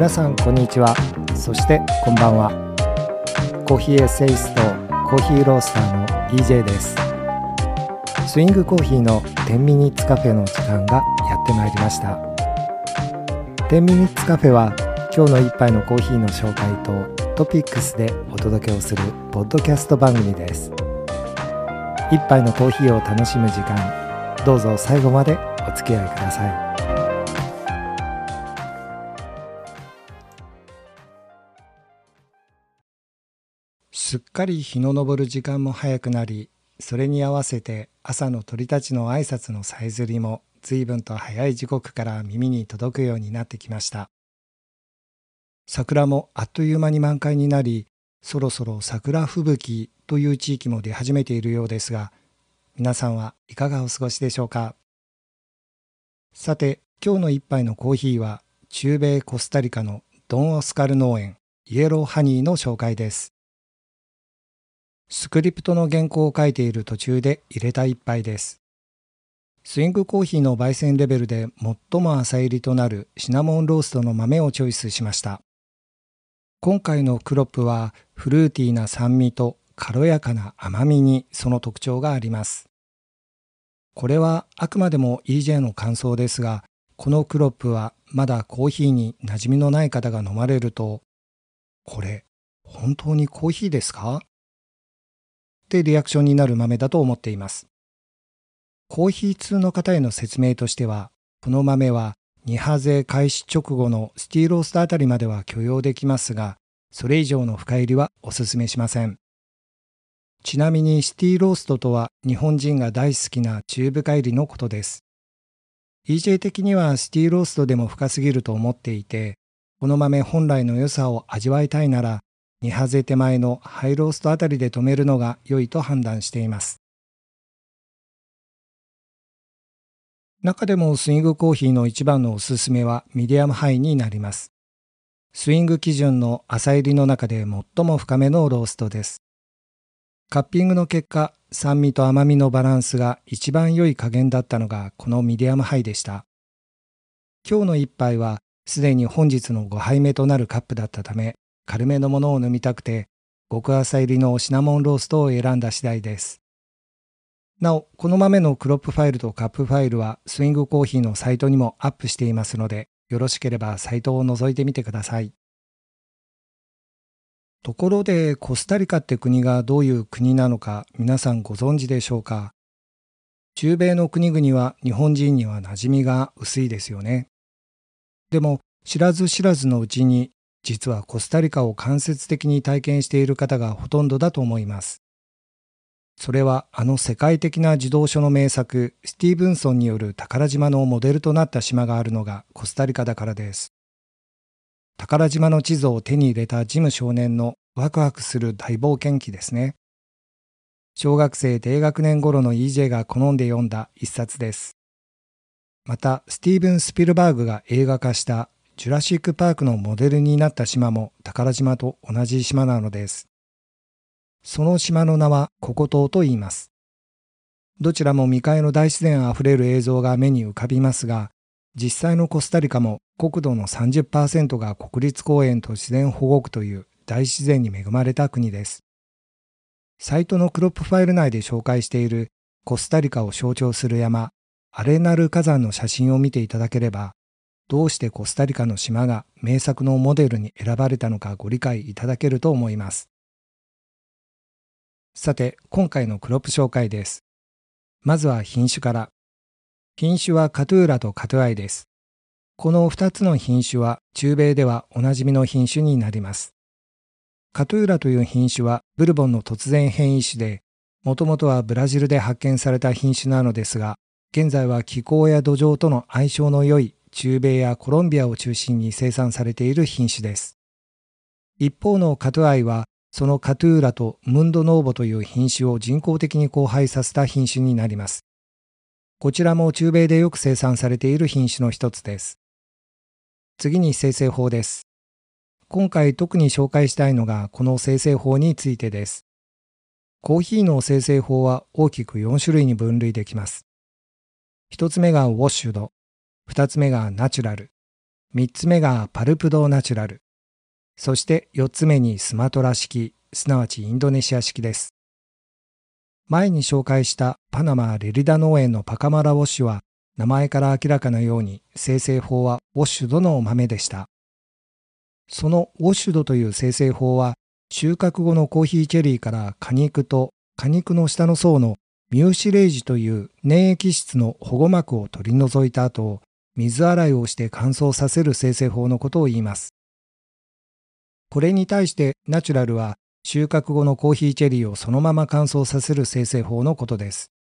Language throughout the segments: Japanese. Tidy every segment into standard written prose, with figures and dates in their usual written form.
皆さんこんにちは。そしてこんばんは。コーヒーエッセイストコーヒーロースターの EJ です。スイングコーヒーの10ミニッツカフェの時間がやってまいりました。10ミニッツカフェは今日の一杯のコーヒーの紹介とトピックスでお届けをするポッドキャスト番組です。一杯のコーヒーを楽しむ時間、どうぞ最後までお付き合いください。すっかり日の昇る時間も早くなり、それに合わせて朝の鳥たちの挨拶のさえずりも随分と早い時刻から耳に届くようになってきました。桜もあっという間に満開になり、そろそろ桜吹雪という地域も出始めているようですが、皆さんはいかがお過ごしでしょうか。さて、今日の一杯のコーヒーは中米コスタリカのドン・オスカル農園イエローハニーの紹介です。スクリプトの原稿を書いている途中で入れた一杯です。スイングコーヒーの焙煎レベルで最も浅入りとなるシナモンローストの豆をチョイスしました。今回のクロップはフルーティーな酸味と軽やかな甘みにその特徴があります。これはあくまでも EJ の感想ですが、このクロップはまだコーヒーに馴染みのない方が飲まれると、これ本当にコーヒーですか？ってリアクションになる豆だと思っています。コーヒー通の方への説明としては、この豆は2ハゼ開始直後のスティーローストあたりまでは許容できますが、それ以上の深入りはお勧めしません。ちなみにスティーローストとは日本人が大好きな中深入りのことです。EJ 的にはスティーローストでも深すぎると思っていて、この豆本来の良さを味わいたいなら、2ハゼ手前のハイローストあたりで止めるのが良いと判断しています。中でもスイングコーヒーの一番のおすすめはミディアムハイになります。スイング基準の浅入りの中で最も深めのローストです。カッピングの結果、酸味と甘みのバランスが一番良い加減だったのがこのミディアムハイでした。今日の一杯はすでに本日の5杯目となるカップだったため、軽めのものを飲みたくて、極浅入りのシナモンローストを選んだ次第です。なお、この豆のクロップファイルとカップファイルはスイングコーヒーのサイトにもアップしていますので、よろしければサイトを覗いてみてください。ところで、コスタリカって国がどういう国なのか皆さんご存知でしょうか。中米の国々は日本人には馴染みが薄いですよね。でも、知らず知らずのうちに、実はコスタリカを間接的に体験している方がほとんどだと思います。それはあの世界的な児童書の名作スティーブンソンによる宝島のモデルとなった島があるのがコスタリカだからです。宝島の地図を手に入れたジム少年のワクワクする大冒険記ですね。小学生低学年頃の EJ が好んで読んだ一冊です。またスティーブン・スピルバーグが映画化したジュラシック・パークのモデルになった島も宝島と同じ島なのです。その島の名はココ島と言います。どちらも未開の大自然あふれる映像が目に浮かびますが、実際のコスタリカも国土の 30% が国立公園と自然保護区という大自然に恵まれた国です。サイトのクロップファイル内で紹介しているコスタリカを象徴する山、アレナル火山の写真を見ていただければ、どうしてコスタリカの島が名作のモデルに選ばれたのかご理解いただけると思います。さて、今回のクロップ紹介です。まずは品種から。品種はカトゥーラとカトゥアイです。この2つの品種は中米ではおなじみの品種になります。カトゥーラという品種はブルボンの突然変異種で、もともとはブラジルで発見された品種なのですが、現在は気候や土壌との相性の良い中米やコロンビアを中心に生産されている品種です。一方のカトゥアイは、そのカトゥーラとムンドノーボという品種を人工的に交配させた品種になります。こちらも中米でよく生産されている品種の一つです。次に精製法です。今回特に紹介したいのがこの精製法についてです。コーヒーの精製法は大きく4種類に分類できます。1つ目がウォッシュド、2つ目がナチュラル、 3つ目がパルプドナチュラル、そして4つ目にスマトラ式、すなわちインドネシア式です。前に紹介したパナマ・レリダ農園のパカマラウォッシュは、名前から明らかなように精製法はウォッシュドの豆でした。そのウォッシュドという精製法は、収穫後のコーヒーチェリーから果肉と果肉の下の層のミューシレージという粘液質の保護膜を取り除いた後、水洗いをして乾燥させる精製法のことを言います。これに対してナチュラルは収穫後のコーヒーチェリーをそのまま乾燥させる精製法のことです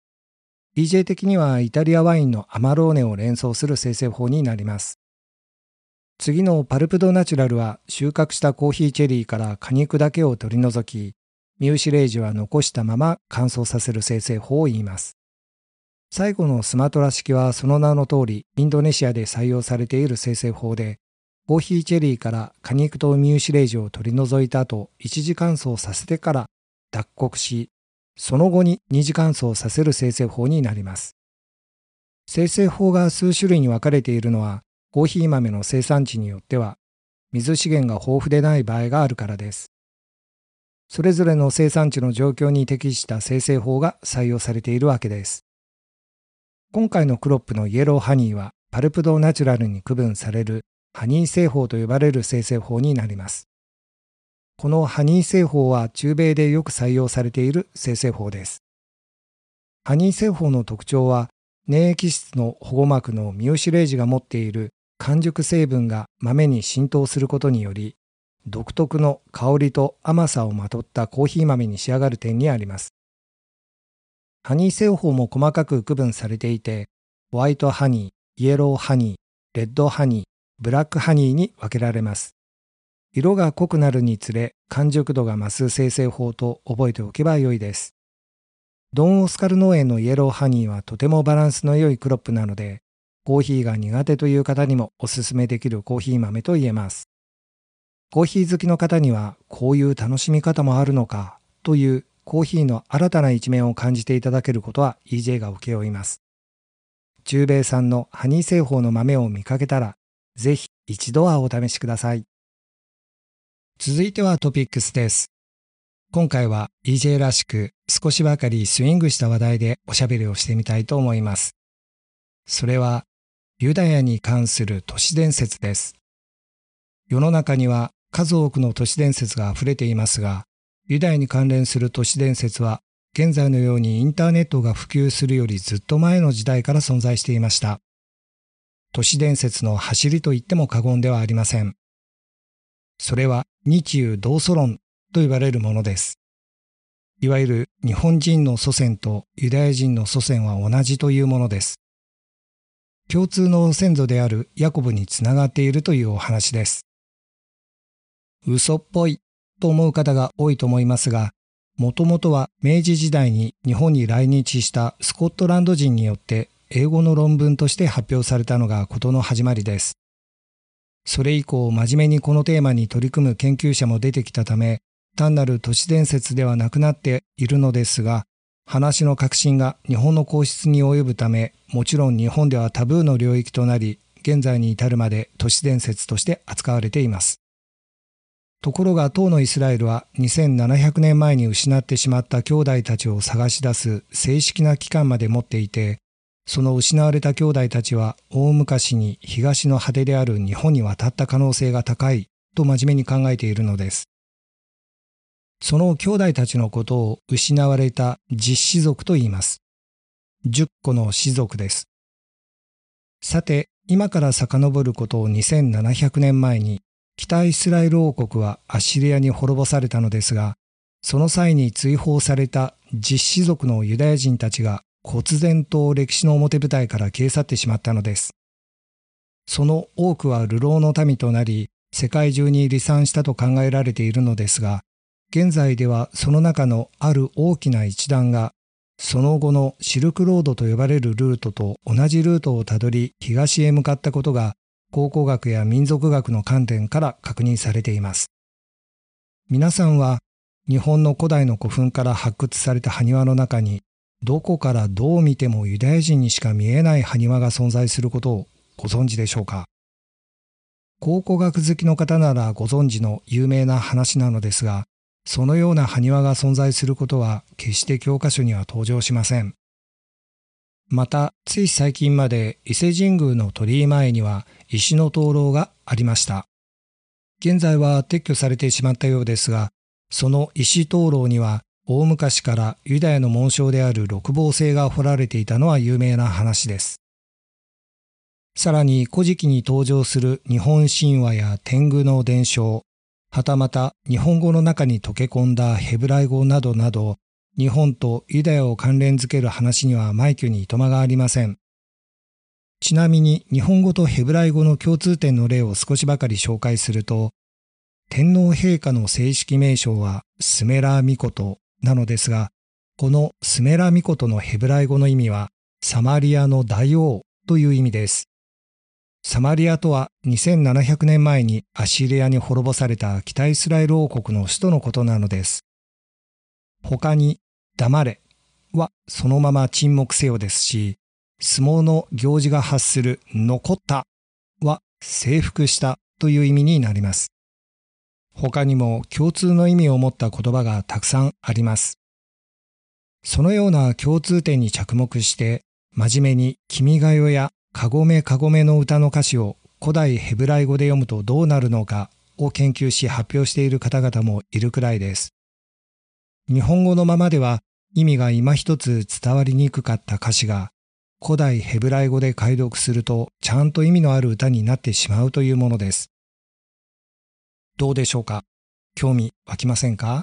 。EJ 的にはイタリアワインのアマローネを連想する精製法になります。次のパルプドナチュラルは収穫したコーヒーチェリーから果肉だけを取り除き、ミューシレージは残したまま乾燥させる精製法を言います。最後のスマトラ式はその名の通りインドネシアで採用されている精製法で、コーヒーチェリーから果肉とミューシレージを取り除いた後、一次乾燥させてから脱穀し、その後に二次乾燥させる精製法になります。精製法が数種類に分かれているのは、コーヒー豆の生産地によっては水資源が豊富でない場合があるからです。それぞれの生産地の状況に適した精製法が採用されているわけです。今回のクロップのイエローハニーはパルプドナチュラルに区分されるハニー製法と呼ばれる精製法になります。このハニー製法は中米でよく採用されている精製法です。ハニー製法の特徴は、粘液質の保護膜のミューシレージが持っている完熟成分が豆に浸透することにより、独特の香りと甘さをまとったコーヒー豆に仕上がる点にあります。ハニー製法も細かく区分されていて、ホワイトハニー、イエローハニー、レッドハニー、ブラックハニーに分けられます。色が濃くなるにつれ完熟度が増す精製法と覚えておけばよいです。ドン・オスカル農園のイエローハニーはとてもバランスの良いクロップなので、コーヒーが苦手という方にもおすすめできるコーヒー豆と言えます。コーヒー好きの方にはこういう楽しみ方もあるのかというコーヒーの新たな一面を感じていただけることは EJ が請け負います。中米産のハニー製法の豆を見かけたら、ぜひ一度はお試しください。続いてはトピックスです。今回は EJ らしく少しばかりスイングした話題でおしゃべりをしてみたいと思います。それはユダヤに関する都市伝説です。世の中には数多くの都市伝説があふれていますが、ユダヤに関連する都市伝説は現在のようにインターネットが普及するよりずっと前の時代から存在していました。都市伝説の走りと言っても過言ではありません。それは日ユ同祖論と言われるものです。いわゆる日本人の祖先とユダヤ人の祖先は同じというものです。共通の先祖であるヤコブにつながっているというお話です。嘘っぽいと思う方が多いと思いますが、もともとは明治時代に日本に来日したスコットランド人によって英語の論文として発表されたのが事の始まりです。それ以降真面目にこのテーマに取り組む研究者も出てきたため、単なる都市伝説ではなくなっているのですが、話の核心が日本の皇室に及ぶため、もちろん日本ではタブーの領域となり、現在に至るまで都市伝説として扱われています。ところが当のイスラエルは2700年前に失ってしまった兄弟たちを探し出す正式な機関まで持っていて、その失われた兄弟たちは大昔に東の果てである日本に渡った可能性が高いと真面目に考えているのです。その兄弟たちのことを失われた十子族と言います。10個の氏族です。さて、今から遡ることを2700年前に、北イスラエル王国はアッシリアに滅ぼされたのですが、その際に追放された十子族のユダヤ人たちが忽然と歴史の表舞台から消え去ってしまったのです。その多くは流浪の民となり、世界中に離散したと考えられているのですが、現在ではその中のある大きな一団が、その後のシルクロードと呼ばれるルートと同じルートをたどり東へ向かったことが、考古学や民族学の観点から確認されています。皆さんは日本の古代の古墳から発掘された埴輪の中に、どこからどう見てもユダヤ人にしか見えない埴輪が存在することをご存知でしょうか。 考古学好きの方ならご存知の有名な話なのですが、そのような埴輪が存在することは決して教科書には登場しません。また、つい最近まで伊勢神宮の鳥居前には石の灯籠がありました。現在は撤去されてしまったようですが、その石灯籠には大昔からユダヤの紋章である六芒星が彫られていたのは有名な話です。さらに古事記に登場する日本神話や天狗の伝承、はたまた日本語の中に溶け込んだヘブライ語などなど、日本とユダヤを関連づける話には枚挙にいとまがありません。ちなみに日本語とヘブライ語の共通点の例を少しばかり紹介すると、天皇陛下の正式名称はスメラミコトなのですが、このスメラミコトのヘブライ語の意味はサマリアの大王という意味です。サマリアとは2700年前にアッシリアに滅ぼされた北イスラエル王国の首都のことなのです。他に黙れはそのまま沈黙せよですし、相撲の行事が発する残ったは征服したという意味になります。他にも共通の意味を持った言葉がたくさんあります。そのような共通点に着目して、真面目に君が代やかごめかごめの歌の歌詞を古代ヘブライ語で読むとどうなるのかを研究し発表している方々もいるくらいです。日本語のままでは意味が今一つ伝わりにくかった歌詞が、古代ヘブライ語で解読するとちゃんと意味のある歌になってしまうというものです。どうでしょうか？興味湧きませんか？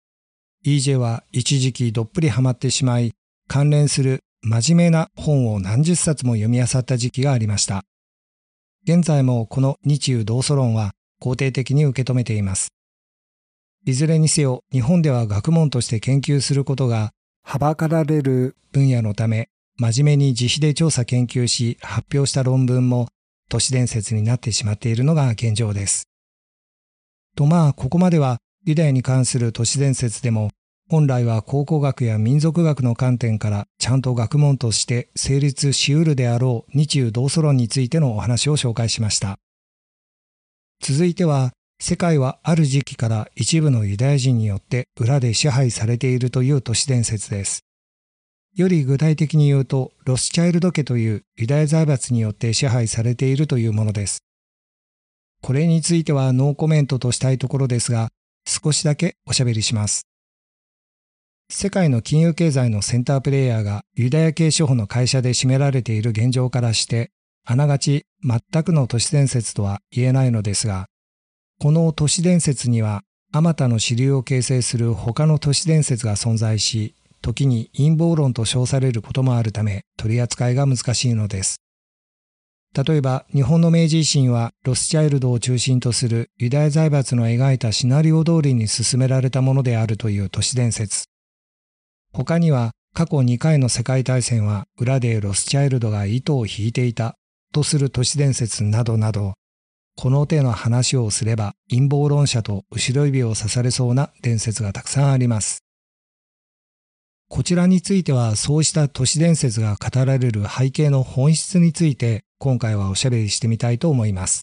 EJ は一時期どっぷりハマってしまい、関連する真面目な本を何十冊も読み漁った時期がありました。現在もこの日中同祖論は肯定的に受け止めています。いずれにせよ日本では学問として研究することがはばかられる分野のため、真面目に自費で調査研究し発表した論文も都市伝説になってしまっているのが現状です。とここまではユダヤに関する都市伝説でも本来は考古学や民族学の観点からちゃんと学問として成立しうるであろう日中同祖論についてのお話を紹介しました。続いては世界はある時期から一部のユダヤ人によって裏で支配されているという都市伝説です。より具体的に言うとロスチャイルド家というユダヤ財閥によって支配されているというものです。これについてはノーコメントとしたいところですが、少しだけおしゃべりします。世界の金融経済のセンタープレイヤーがユダヤ系資本の会社で占められている現状からして、あながち全くの都市伝説とは言えないのですが、この都市伝説にはあまたの支流を形成する他の都市伝説が存在し、時に陰謀論と称されることもあるため取り扱いが難しいのです。例えば日本の明治維新はロスチャイルドを中心とするユダヤ財閥の描いたシナリオ通りに進められたものであるという都市伝説。他には過去2回の世界大戦は裏でロスチャイルドが糸を引いていたとする都市伝説などなど、この手の話をすれば陰謀論者と後ろ指を刺されそうな伝説がたくさんあります。こちらについてはそうした都市伝説が語られる背景の本質について今回はおしゃべりしてみたいと思います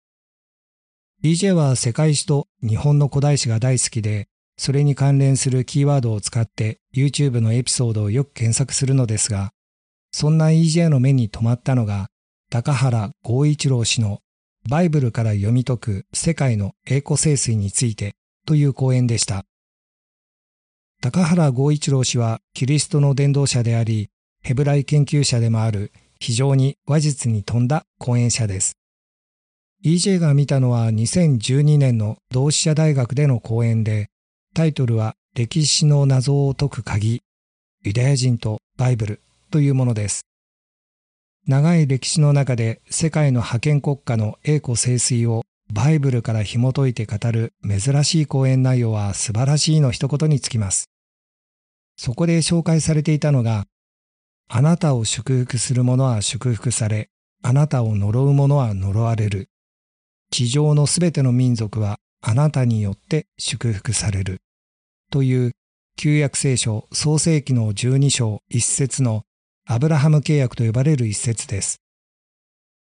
。EJ は世界史と日本の古代史が大好きで、それに関連するキーワードを使って YouTube のエピソードをよく検索するのですが、そんな EJ の目に留まったのが高原剛一郎氏のバイブルから読み解く世界の栄枯盛衰についてという講演でした。高原剛一郎氏はキリストの伝道者であり、ヘブライ研究者でもある非常に話術に富んだ講演者です。EJ が見たのは2012年の同志社大学での講演で、タイトルは歴史の謎を解く鍵、ユダヤ人とバイブルというものです。長い歴史の中で世界の覇権国家の栄枯盛衰をバイブルから紐解いて語る珍しい講演内容は素晴らしいの一言につきます。そこで紹介されていたのが、あなたを祝福する者は祝福され、あなたを呪う者は呪われる。地上のすべての民族はあなたによって祝福される。という旧約聖書創世記の12章1節のアブラハム契約と呼ばれる一節です。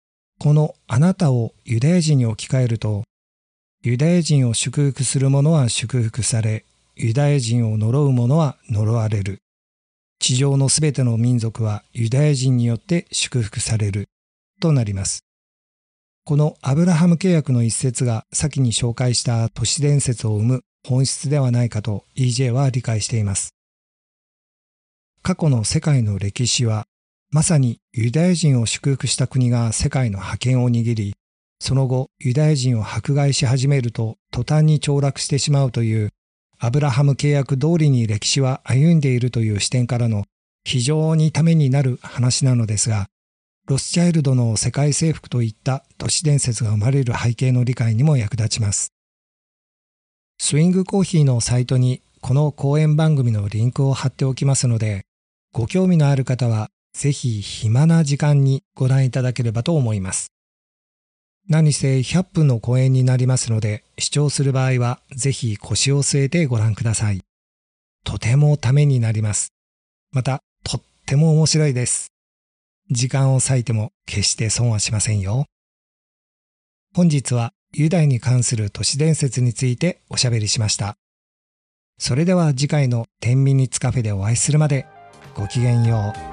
このあなたをユダヤ人に置き換えると、ユダヤ人を祝福する者は祝福され、ユダヤ人を呪う者は呪われる。地上のすべての民族はユダヤ人によって祝福されるとなります。このアブラハム契約の一節が先に紹介した都市伝説を生む本質ではないかと EJ は理解しています。過去の世界の歴史は、まさにユダヤ人を祝福した国が世界の覇権を握り、その後ユダヤ人を迫害し始めると途端に凋落してしまうというアブラハム契約通りに歴史は歩んでいるという視点からの非常にためになる話なのですが、ロスチャイルドの世界征服といった都市伝説が生まれる背景の理解にも役立ちます。スイングコーヒーのサイトにこの講演番組のリンクを貼っておきますので、ご興味のある方はぜひ暇な時間にご覧いただければと思います。何せ100分の講演になりますので、視聴する場合はぜひ腰を据えてご覧ください。とてもためになります。また、とっても面白いです。時間を割いても決して損はしませんよ。本日はユダヤに関する都市伝説についておしゃべりしました。それでは次回の10ミニッツカフェでお会いするまでごきげんよう。